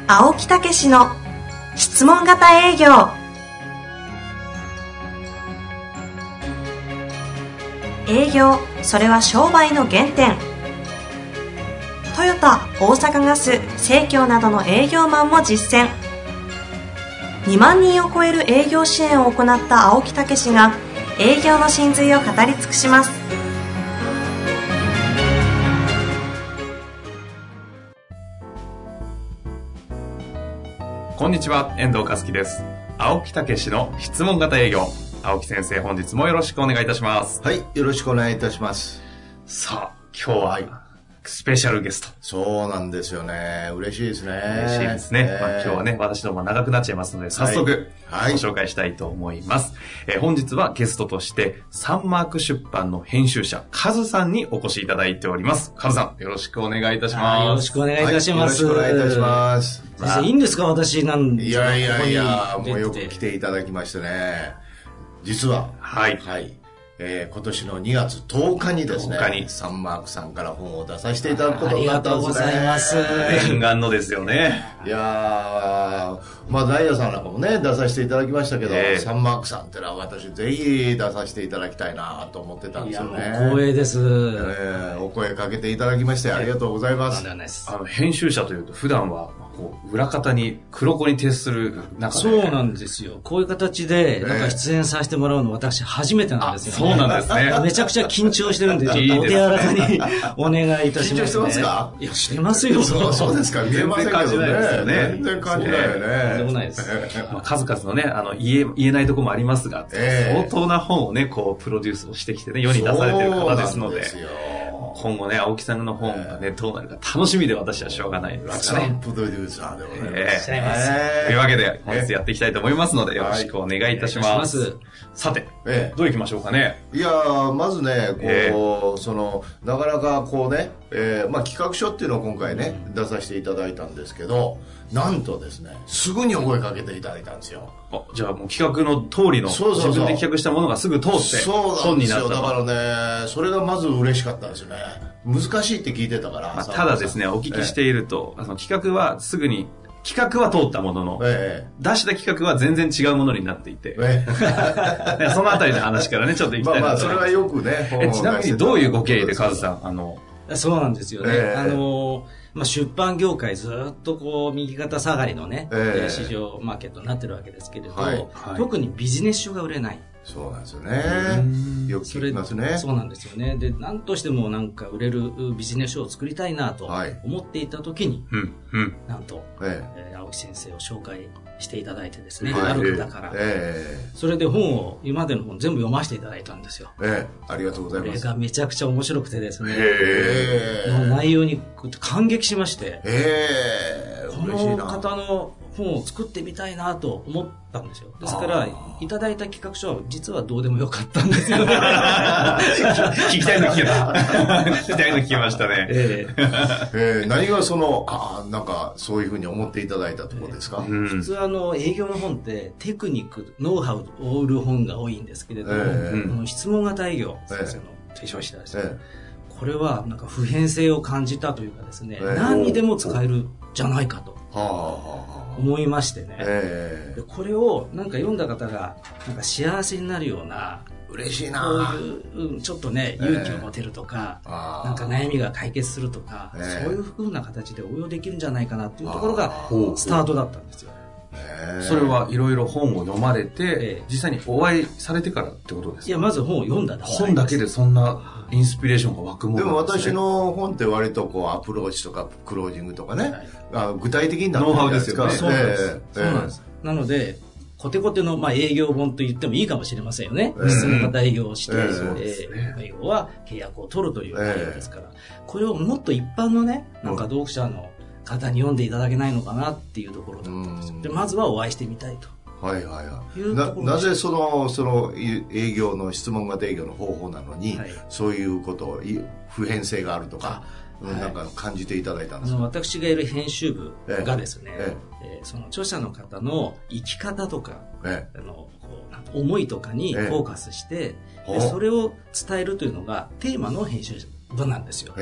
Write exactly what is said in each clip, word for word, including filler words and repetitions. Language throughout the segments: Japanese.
青木武氏の質問型営業。営業、それは商売の原点。トヨタ、大阪ガス、生協などの営業マンも実践。にまんにんを超える営業支援を行った青木武氏が営業の真髄を語り尽くします。 こんにちは、遠藤和樹です。青木武氏の質問型営業。青木先生、本日もよろしくお願いいたします。 はい、よろしくお願いいたします。 さあ、今日は、はい、スペシャルゲスト。 そうなんですよね。嬉しいですね。 嬉しいですね。えーまあ、今日はね、私ども長くなっちゃいますので、早速、はい、ご紹介したいと思います。えー、本日はゲストとして、サンマーク出版の編集者、カズさんにお越しいただいております。カズさん、よろしくお願いいたします。 よろしくお願いいたします。 はい、よろしくお願いいたします。 先生、いいんですか、私なんいやいやいや、もうよく来ていただきましてね。実は、 はい。 はい。えー、今年のにがつとおかにですね、とおかにサンマークさんから本を出させていただくことになったんですね。 ありがとうございます。 念願のですよね。 いやー、まあダイヤさんなんかもね、出させていただきましたけど、えー、サンマークさんってのは私ぜひ出させていただきたいなと思ってたんですよね。 いや、もう光栄です。えー、お声かけていただきましてありがとうございます。 あの、編集者というと普段は、こう裏方に黒子に徹する中で。 そうなんですよ。こういう形でなんか出演させてもらうの私初めてなんですよ、 ね。そうなんですね。 めちゃくちゃ緊張してるんで、ちょっとお手柔らかにお願いいたします、ね。 緊張してますか？ いや、してますよ。 そう、そうですか。見えませんけどね。 全然感じないよね。 とんでもないです。 まあ、数々のね、あの、言え、言えないところもありますが、えー、相当な本をね、こう、プロデュースをしてきてね、世に出されている方ですので。今後ね、青木さんの本がね、どうなるか楽しみで私はしょうがないですね。 ラッププロデューサーでございます。 えー、というわけで、本日やっていきたいと思いますので、よろしくお願いいたします。はい、さて、えー、どういきましょうかね。 いやー、まずね、こう、えー、その、なかなかこうね、えー、まあ企画書っていうのを今回ね、出させていただいたんですけど、なんとですね、すぐにお声かけていただいたんですよ。 あ、じゃあもう企画の通りの、そうそうそう、自分で企画したものがすぐ通って、本になった。 そうなんですよ。だからね、それがまず嬉しかったんですよね。難しいって聞いてたから。 まあ、ただですね、お聞きしていると、えー、その企画はすぐに、企画は通ったものの、えー、出した企画は全然違うものになっていて、えー、そのあたりの話からね、ちょっと行きたいなと思います。 まあまあ、それはよくね。 えちなみにどういうご経緯でカズさん、あの、 そうなんですよね。えー、あの、まあ、出版業界ずっとこう、右肩下がりのね、えー、市場マーケットになってるわけですけれど、はいはい、特にビジネス書が売れない。 そうなんですよね。よく聞きますね。 そうなんですよね。で、何としてもなんか売れるビジネス書を作りたいなと思っていた時に、はい、なんと、えええー、青木先生を紹介していただいてですね、はい、ある方から、えー、それで本を、今までの本全部読ませていただいたんですよ。 えー、ありがとうございます。 これがめちゃくちゃ面白くてですね、えー、の内容に感激しまして、 えー、 この方の本を作ってみたいなと思ったんですよ。ですから、いただいた企画書は実はどうでもよかったんですよね。 聞きたいの聞けた。聞きたいの聞きましたね。 えーえー、何がその、あなんかそういうふうに思っていただいたところですか？ えー、普通あの、営業の本ってテクニック、ノウハウを売る本が多いんですけれども、えー、この質問型営業、先生の提唱したですね、えー、これはなんか普遍性を感じたというかですね、えー、何にでも使えるじゃないかと。はあはあ思いましてね、えー、これをなんか読んだ方がなんか幸せになるような嬉しいなこういう、うん、ちょっとね勇気を持てるとか、えー、なんか悩みが解決するとか、えー、そういう風な形で応用できるんじゃないかなっていうところがスタートだったんですよ。 えー、それはいろいろ本を読まれて、えー、実際にお会いされてからってことですか？ いや、まず本を読んだだけ。 本だけでそんなインスピレーションが湧くものなんですね。でも私の本って割とこうアプローチとかクロージングとかね、はい、あ具体的になってるじゃないですか。 ノウハウですよね。 そうなんです。えー、そうなんです。なのでコテコテの、まあ、営業本と言ってもいいかもしれませんよね。質問型営業をして、えーえー、営業は契約を取るという内容ですから、えー、これをもっと一般のね、なんか読者の方に読んでいただけないのかなっていうところだったんですよ。で、まずはお会いしてみたいと。 はいはいはい。な, なぜそのその営業の質問型営業の方法なのに、はい、そういうことを普遍性があるとか、はい、なんか感じていただいたんですか？ あの私がいる編集部がですね、 えええー、その著者の方の生き方とか、ええ、あのこう思いとかにフォーカスして、ええ、でそれを伝えるというのがテーマの編集部なんですよ。はい、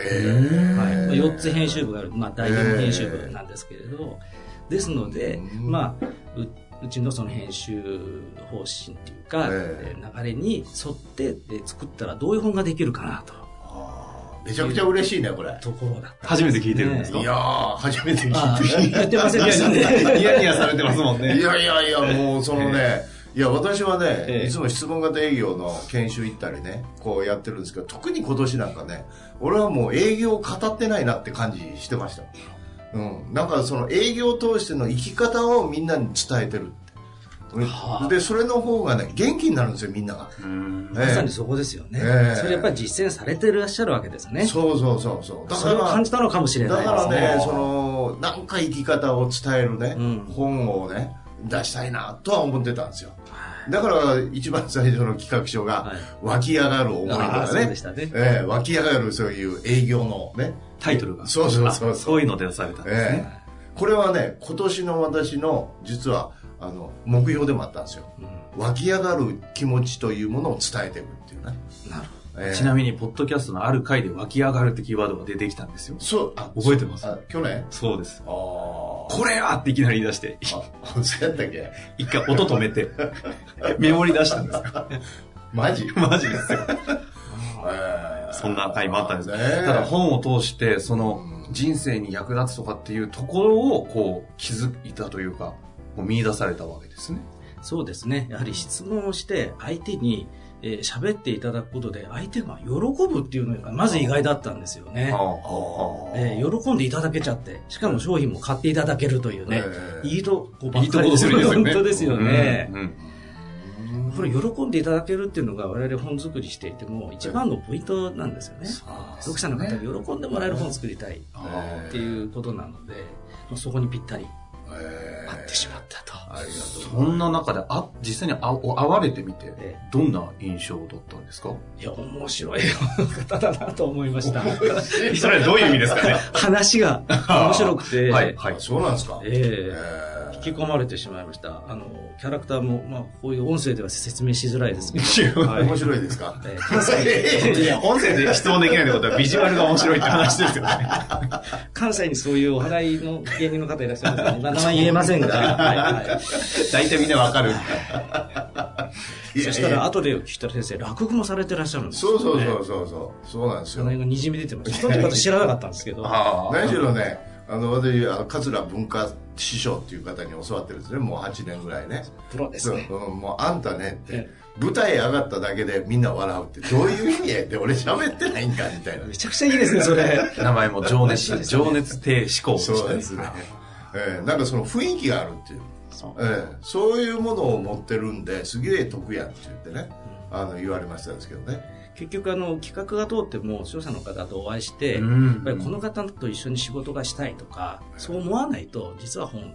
よっつ編集部がある、まあ、大体の編集部なんですけれど、ですので、まあ、ううちのその編集方針っていうか、えー、流れに沿って作ったらどういう本ができるかなと。 めちゃくちゃ嬉しいね、これ。 ところだった、ね。 初めて聞いてるんですか？ いやー、初めて聞いてる。 言ってませんでしたね。 ニヤニヤされてますもんね。 いやいやいや、もうそのね、いや、私はね、えー、いつも質問型営業の研修行ったりね、こうやってるんですけど、特に今年なんかね、俺はもう営業を語ってないなって感じしてました。うん。なんかその営業を通しての生き方をみんなに伝えてる。はあ、で、それの方がね、元気になるんですよ、みんなが。 うんえー、まさにそこですよね。えー、それやっぱり実践されていらっしゃるわけですね。 そうそうそうそう。 だからそれを感じたのかもしれないですね。 だからね、その、なんか生き方を伝えるね、うん、本をね、出したいなとは思ってたんですよ。だから一番最初の企画書が、湧き上がる思いとかね、 そうでしたね、 えー、湧き上がるそういう営業のね、 タイトルが。 そうそうそう。 そういうので出されたんですね。 えー、これはね、今年の私の、実は、あの、目標でもあったんですよ。うん、湧き上がる気持ちというものを伝えていくっていうね。 なるほど。えー、ちなみに、ポッドキャストのある回で湧き上がるってキーワードが出てきたんですよ。 そう、あ、 覚えてます？ あ、去年？ そうです。ああ。これやっていきなり言い出して。 あ、そうやったっけ？ 一回音止めて、メモリ出したんですよ。 マジ？ マジですよ。えー、そんな回もあったんです。ただ本を通して、その、人生に役立つとかっていうところを、こう、気づいたというか、見出されたわけですね。 そうですね。やはり質問をして相手にえー、喋っていただくことで相手が喜ぶっていうのがまず意外だったんですよね。えー、喜んでいただけちゃって、しかも商品も買っていただけるというね、えー、いいとこばっかりですよね。本当ですよね。うんうん、これ喜んでいただけるっていうのが我々本作りしていても一番のポイントなんですよね。読者の方に喜んでもらえる本を作りたいっていうことなので、そこにぴったり合ってしまったと。 ありがとう。 そんな中であ実際にあ会われてみて、ええ、どんな印象だったんですか？ いや、面白い方だなと思いました。 それはどういう意味ですかね？ 話が面白くて、 はいはい、そうなんですか。 えーえー引き込まれてしまいました。あのキャラクターもまあこういう音声では説明しづらいですけど、 はい、面白いですか？ えー、関西いや音声で質問できないってことはビジュアルが面白いって話ですよね。 関西にそういうお笑いの芸人の方いらっしゃるんですけど、名前言えませんが、はいはい、 大体みんなわかる。 そしたら後で聞いたら先生落語もされてらっしゃるんですよ、ね。 そうそうそうそうそうそうなんですよ。 その辺がにじみ出てました。その時私知らなかったんですけど。 何しろね、あの私あの桂文化師匠っていう方に教わってるんですね。もうはちねんぐらいね。 プロですね。 うん、もうあんたねって、舞台上がっただけでみんな笑うってどういう意味って俺喋ってないんかみたいな。 めちゃくちゃいいですねそれ。 名前も情熱情熱低思考。 そうですね。えー、なんかその雰囲気があるっていう。そう、えー、そういうものを持ってるんですげえ得やって言ってね、あの言われましたんですけどね。 結局あの企画が通っても視聴者の方とお会いして、うん、やっぱりこの方と一緒に仕事がしたいとか、うん、そう思わないと実は本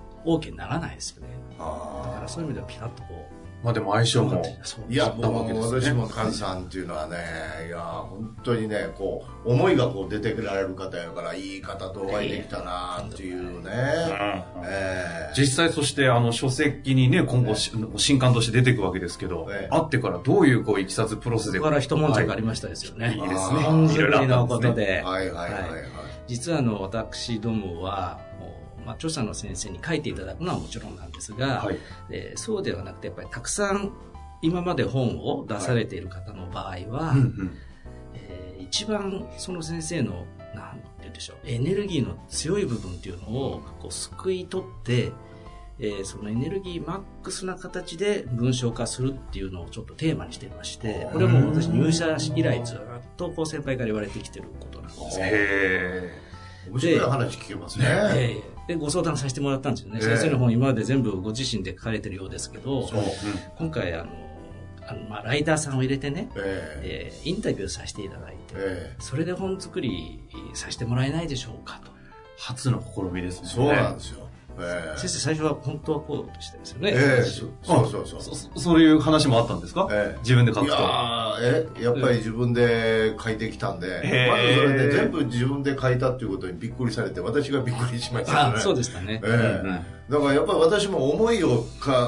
OK にならないですよね。あだからそういう意味ではピタッとこう。 まあでも相性もいやもう私もカズさんっていうのはね、いや本当にねこう思いがこう出てくられる方やからいい方とお会いできたなっていうね、 えー、実際そしてあの書籍にね今後、ね、新刊として出ていくわけですけど、ね、会ってからどういうこういきさつプロセスでここから一悶着ありましたですよね。 いいですね。 本作りのことで、 はいはいはいはい、 実はあの私どもはまあ、著者の先生に書いていただくのはもちろんなんですが、はいえー、そうではなくてやっぱりたくさん今まで本を出されている方の場合は、はいうんうんえー、一番その先生のなんて言うんでしょうエネルギーの強い部分っていうのをこうすくい取って、えー、そのエネルギーマックスな形で文章化するっていうのをちょっとテーマにしていまして、これも私入社以来ずっとこう先輩から言われてきてることなんです。 へー面白い話聞けますね。 えーでご相談させてもらったんですよね、えー、先生の本今まで全部ご自身で書かれてるようですけど、うん、今回あのあの、まあ、ライターさんを入れてね、えーえー、インタビューさせていただいて、えー、それで本作りさせてもらえないでしょうかと。 初の試みですね。 そうなんですよ。えー、先生最初は本当はこうしてですよね。 えー、そ, そうそうそうそそういう話もあったんですか、えー、自分で書くと。いやえやっぱり自分で書いてきたんで、えー、まずそれで全部自分で書いたっていうことにびっくりされて私がびっくりしましたね。 あそうでしたね、 えーうん、だからやっぱり私も思いをか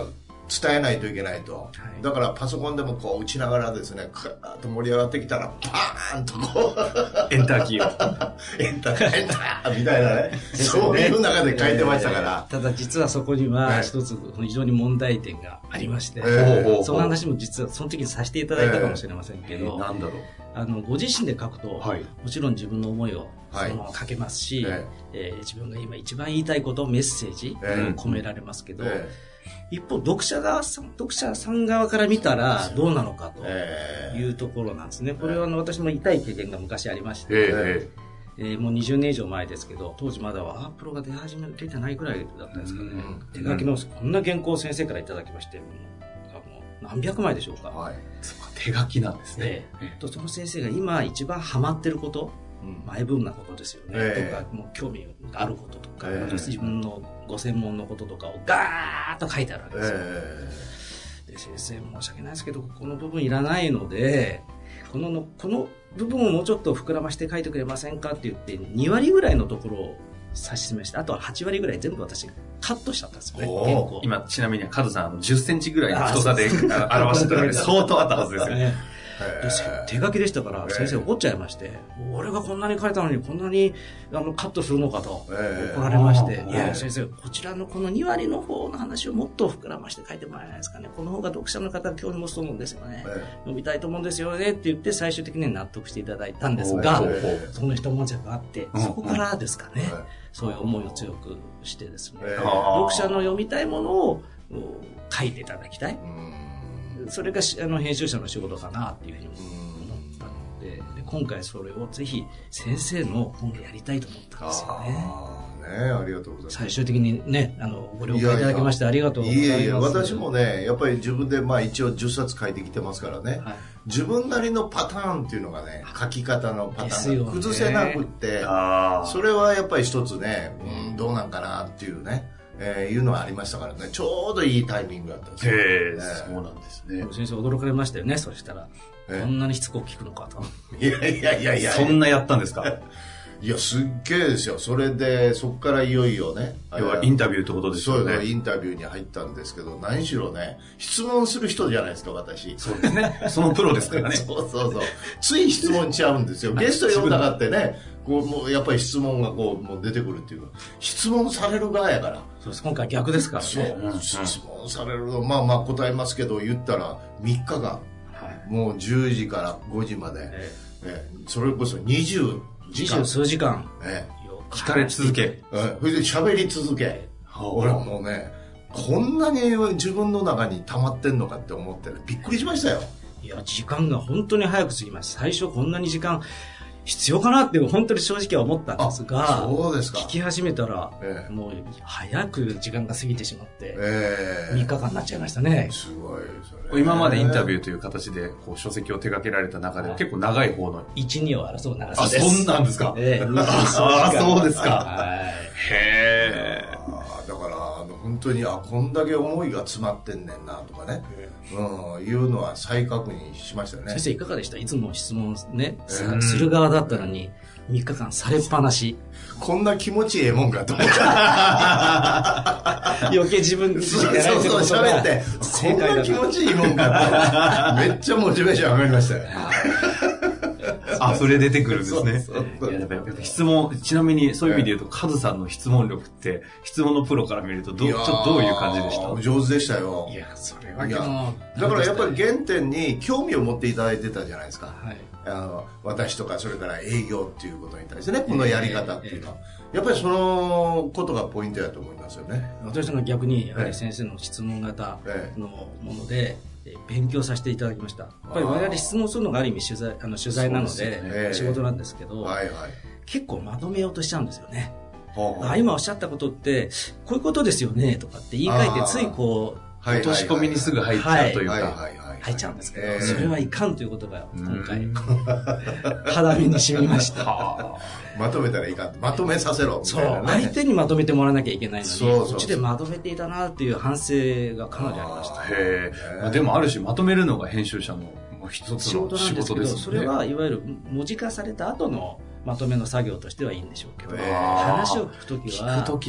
伝えないといけないと、はい、だからパソコンでもこう打ちながらですね、カーッと盛り上がってきたらパーンとこうエンターキーをエンターエンターみたいなねそういう中で書いてましたから、 えー、ただ実はそこには一つ非常に問題点がありまして、えー、その話も実はその時にさせていただいたかもしれませんけど、えー、 なんだろう、 あのご自身で書くと、はい、もちろん自分の思いをそのまま書けますし、はい、えー、自分が今一番言いたいことをメッセージ、えー、込められますけど、えー一方読者側さん読者さん側から見たらどうなのかというところなんですね。これはあの私も痛い経験が昔ありまして、えーえー、もうにじゅうねん以上前ですけど、当時まだワープロが出始め出てないぐらいだったんですかね。手書きのこんな原稿を先生からいただきまして、もう何百枚でしょうか。はい、 手書きなんですね。 えー、とその先生が今一番ハマってること、前文なことですよね、えー、とかもう興味があることとか、えー、自分のご専門のこととかをガーッと書いてあるわけですよ、えー、で先生申し訳ないですけどこの部分いらないのでこのこの部分をもうちょっと膨らまして書いてくれませんかって言ってにわりぐらいのところを差し進めして、あとははちわりぐらい全部私カットしちゃったんですよね。原稿今ちなみにカズさんあのじゅっセンチぐらいの太さで表してたので相当あったはずですよね。 で手書きでしたから先生怒っちゃいまして、俺がこんなに書いたのにこんなにあのカットするのかと怒られまして、いや先生こちらのこのにわりの方の話をもっと膨らまして書いてもらえないですかね、この方が読者の方が興味持つと思うんですよね、読みたいと思うんですよねって言って最終的に納得していただいたんですが、その一文字があってそこからですかね、そういう思いを強くしてですね、読者の読みたいものを書いていただきたい、それがあの編集者の仕事かなっていうふうに思ったの で, で今回それをぜひ先生の本でやりたいと思ったんですよね。 あ, ねありがとうございます。 最終的にねあのご了解いただきましてありがとうございます。いえいえ私もねやっぱり自分でまあ一応じゅっさつ書いてきてますからね、はい、自分なりのパターンっていうのがね書き方のパターンが崩せなくって、それはやっぱり一つね、うん、どうなんかなっていうねえー、いうのはありましたからね、ちょうどいいタイミングだったんですよ、 へー、ね、そうなんですね。 先生驚かれましたよね。そしたらこんなにしつこく聞くのかと。 いやいやいやいやそんなやったんですか。 いやすっげえですよ。それでそこからいよいよね要はインタビューってことですよね。 そうインタビューに入ったんですけど、何しろね質問する人じゃないですか私。 そうですねそのプロですからねそうそうそうつい質問しちゃうんですよゲスト呼んだかってねこうもうやっぱり質問がこうもう出てくるっていうか、質問される側やから。 そうです、今回逆ですからね。 そう、うん、質問されるのまあまあ答えますけど言ったらみっかかん、はい、もうじゅうじからごじまで、えええそれこそにじゅうじかん二十数時間、 ええ、聞かれ続け、ええ、それで喋り続け、俺はもうねこんなに自分の中に溜まってんのかって思ってびっくりしましたよ。 いや時間が本当に早く過ぎます。最初こんなに時間必要かなって本当に正直は思ったんですが、 そうですか。 聞き始めたら、ええ、もう早く時間が過ぎてしまって、ええ、みっかかんになっちゃいましたね。 すごいそれ。今までインタビューという形でこう書籍を手掛けられた中で結構長い方のいち、にを争う長さです。 あ、そんなんですか。ええ、あ、そうですか。はい、へえ。 だからあの本当にあこんだけ思いが詰まってんねんなとかね、うん、いうのは再確認しましたよね。 先生いかがでした？いつも質問ね、する側だったのにみっかかんされっぱなし。 こんな気持ちええもんかと思った余計自分でそうそうそう喋ってこんな気持ちいいもんかとめっちゃモチベーション上がりましたよ溢れ出てくるんですね。そうそうそう。いや、やっぱ質問、ちなみにそういう意味で言うと、カズさんの質問力って、質問のプロから見るとど、ちょっとどういう感じでした？ 上手でしたよ。 いや、それは。いや、だからやっぱり原点に興味を持っていただいてたじゃないですか。はい。あの、私とか、それから営業っていうことに対してね、このやり方っていうのは。えー、やっぱりそのことがポイントだと思いますよね。 私が逆に、やはり先生の質問型のもので、勉強させていただきました。やっぱり我々質問するのがある意味取材、あの取材なので、ね、仕事なんですけど、はいはい、結構まとめようとしちゃうんですよね。あ今おっしゃったことってこういうことですよねとかって言い換えてついこう落とし込みにすぐ入っちゃうというか入っちゃうんですけど、えー、それはいかんということが今回肌身に染みましたまとめたらいかんまとめさせろみたいな、ね、 そう相手にまとめてもらわなきゃいけないのにそうそうそうこっちでまとめていたなっていう反省がかなりありました。 へー。でもある種まとめるのが編集者の一つの仕事なんですけど、 ですね。 それはいわゆる文字化された後のまとめの作業としてはいいんでしょうけど、話を聞くときは聞くときは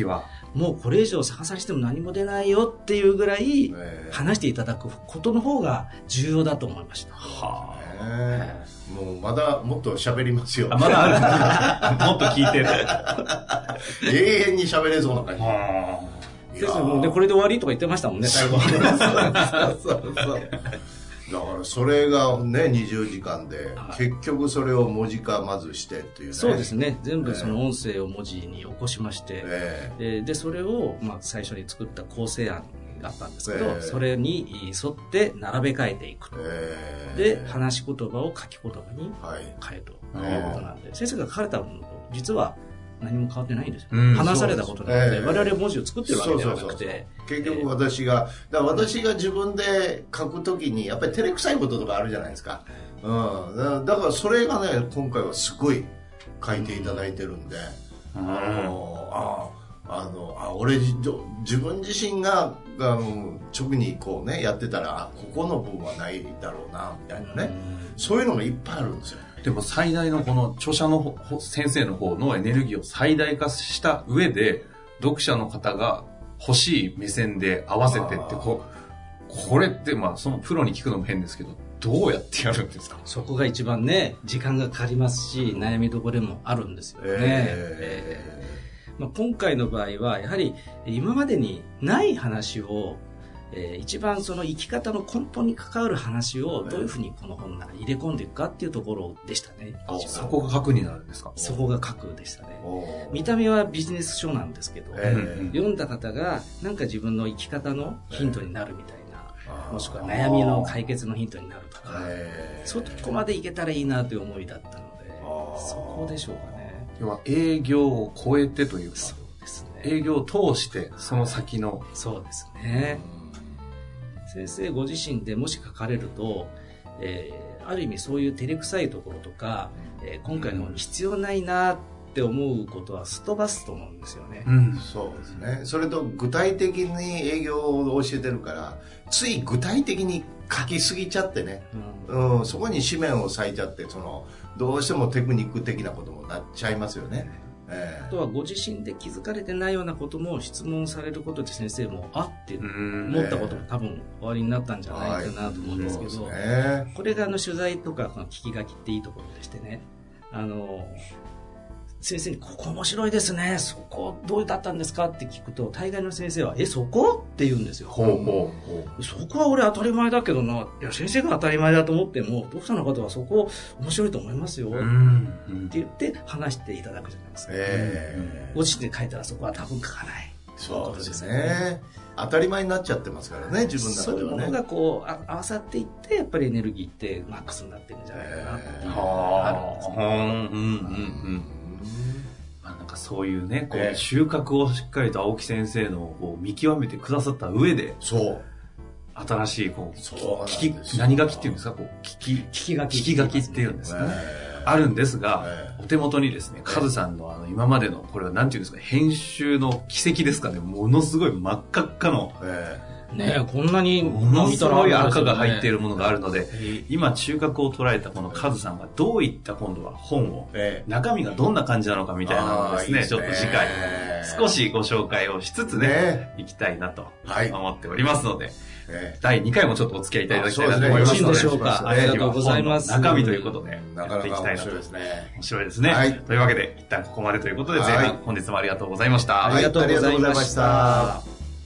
もうこれ以上探させても何も出ないよっていうぐらい話していただくことの方が重要だと思いました。 はあ、もうまだもっと喋りますよ。 まだあるもっと聞いてる。 永遠に喋れそうな感じ。 ですよ、もうね、これで終わりとか言ってましたもんね、最後。 そうそうそう。だからそれがねにじゅうじかんで、はい、結局それを文字化まずしてっていうね。 そうですね、全部その音声を文字に起こしまして、えー、でそれをまあ最初に作った構成案があったんですけど、えー、それに沿って並べ替えていくと、えー、で話し言葉を書き言葉に変えるということなんで、はい、先生が書かれたものと実は何も変わってないんですよ、うん、話されたことなので、えー、我々文字を作ってるわけではなくて、そうそうそうそう、 結局私が、だから私が自分で書くときにやっぱり照れくさいこととかあるじゃないですか、うん、だ, だからそれがね今回はすごい書いていただいてるんで、うん、あのああのあ俺自分自身があの直にこうねやってたらあここの部分はないだろうなみたいなね、うん、そういうのがいっぱいあるんですよ。 でも最大のこの著者の先生の方のエネルギーを最大化した上で読者の方が欲しい目線で合わせてってここれってまあそのプロに聞くのも変ですけどどうやってやるんですか？ そこが一番ね時間がかかりますし悩みどころでもあるんですよね、えーえーまあ、今回の場合はやはり今までにない話をえー、一番その生き方の根本に関わる話をどういうふうにこの本の中に入れ込んでいくかっていうところでしたね。 そこが核になるんですか？ そこが核でしたね。見た目はビジネス書なんですけど、えー、読んだ方がなんか自分の生き方のヒントになるみたいな、えー、もしくは悩みの解決のヒントになるとか、えー、そこまでいけたらいいなという思いだったので、そこでしょうかね。 要は営業を超えてというか、 そうですね、 営業を通してその先の、 そうですね。先生ご自身でもし書かれると、えー、ある意味そういう照れくさいところとか、えー、今回の方に必要ないなって思うことはすっ飛ばすと思うんですよね、 うん、そうですね。それと具体的に営業を教えてるからつい具体的に書きすぎちゃってね、うんうん、そこに紙面を割いちゃってそのどうしてもテクニック的なこともなっちゃいますよね。 あとはご自身で気づかれてないようなことも質問されることで先生もあって思ったことも多分終わりになったんじゃないかなと思うんですけど、はいね、これがあの取材とかこの聞き書きっていいところでしてね、あの先生にここ面白いですね、そこどうだったんですかって聞くと大概の先生はえそこって言うんですよ。 ほうほうほう。そこは俺当たり前だけどな、いや先生が当たり前だと思っても読者の方はそこ面白いと思いますよって言って話していただくじゃないですか、えー、ご自身で書いたらそこは多分書かない。 そうですね。当たり前になっちゃってますからね、自分の中ではね。そういうものがこう合わさっていってやっぱりエネルギーってマックスになってるんじゃないかなっていうのがあるんですね。うんうんうんまあ、なんかそういうねこう収穫をしっかりと青木先生のこう見極めてくださった上で、 そう新しいこうそう聞き何書きっていうんですか、こう聞き聞き書き聞き書きっていうんですかね、えー、あるんですが、えー、お手元にですねカズさんのあの今までのこれはなんていうんですか編集の奇跡ですかね、ものすごい真っ赤っかの、えーねえこんなにものすごい赤が入っているものがあるので、今中核を捉えたこのカズさんがどういった今度は本を、中身がどんな感じなのかみたいなのをですね、ちょっと次回少しご紹介をしつつねいきたいなと思っておりますので、だいにかいもちょっとお付き合いいただきたいなと思いますので、 でしょうか。ありがとうございます。 中身ということでやっていきたいなと。面白いですね。というわけで一旦ここまでということで前半本日もありがとうございました。 ありがとうございました。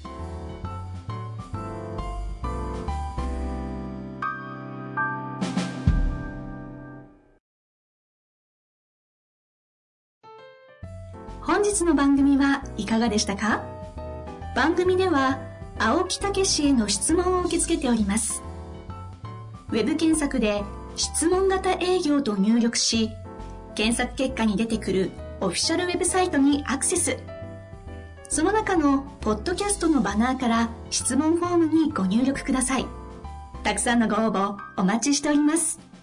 本日の番組はいかがでしたか？番組では青木武氏への質問を受け付けております。ウェブ検索で質問型営業と入力し、検索結果に出てくるオフィシャルウェブサイトにアクセス。その中のポッドキャストのバナーから質問フォームにご入力ください。たくさんのご応募お待ちしております。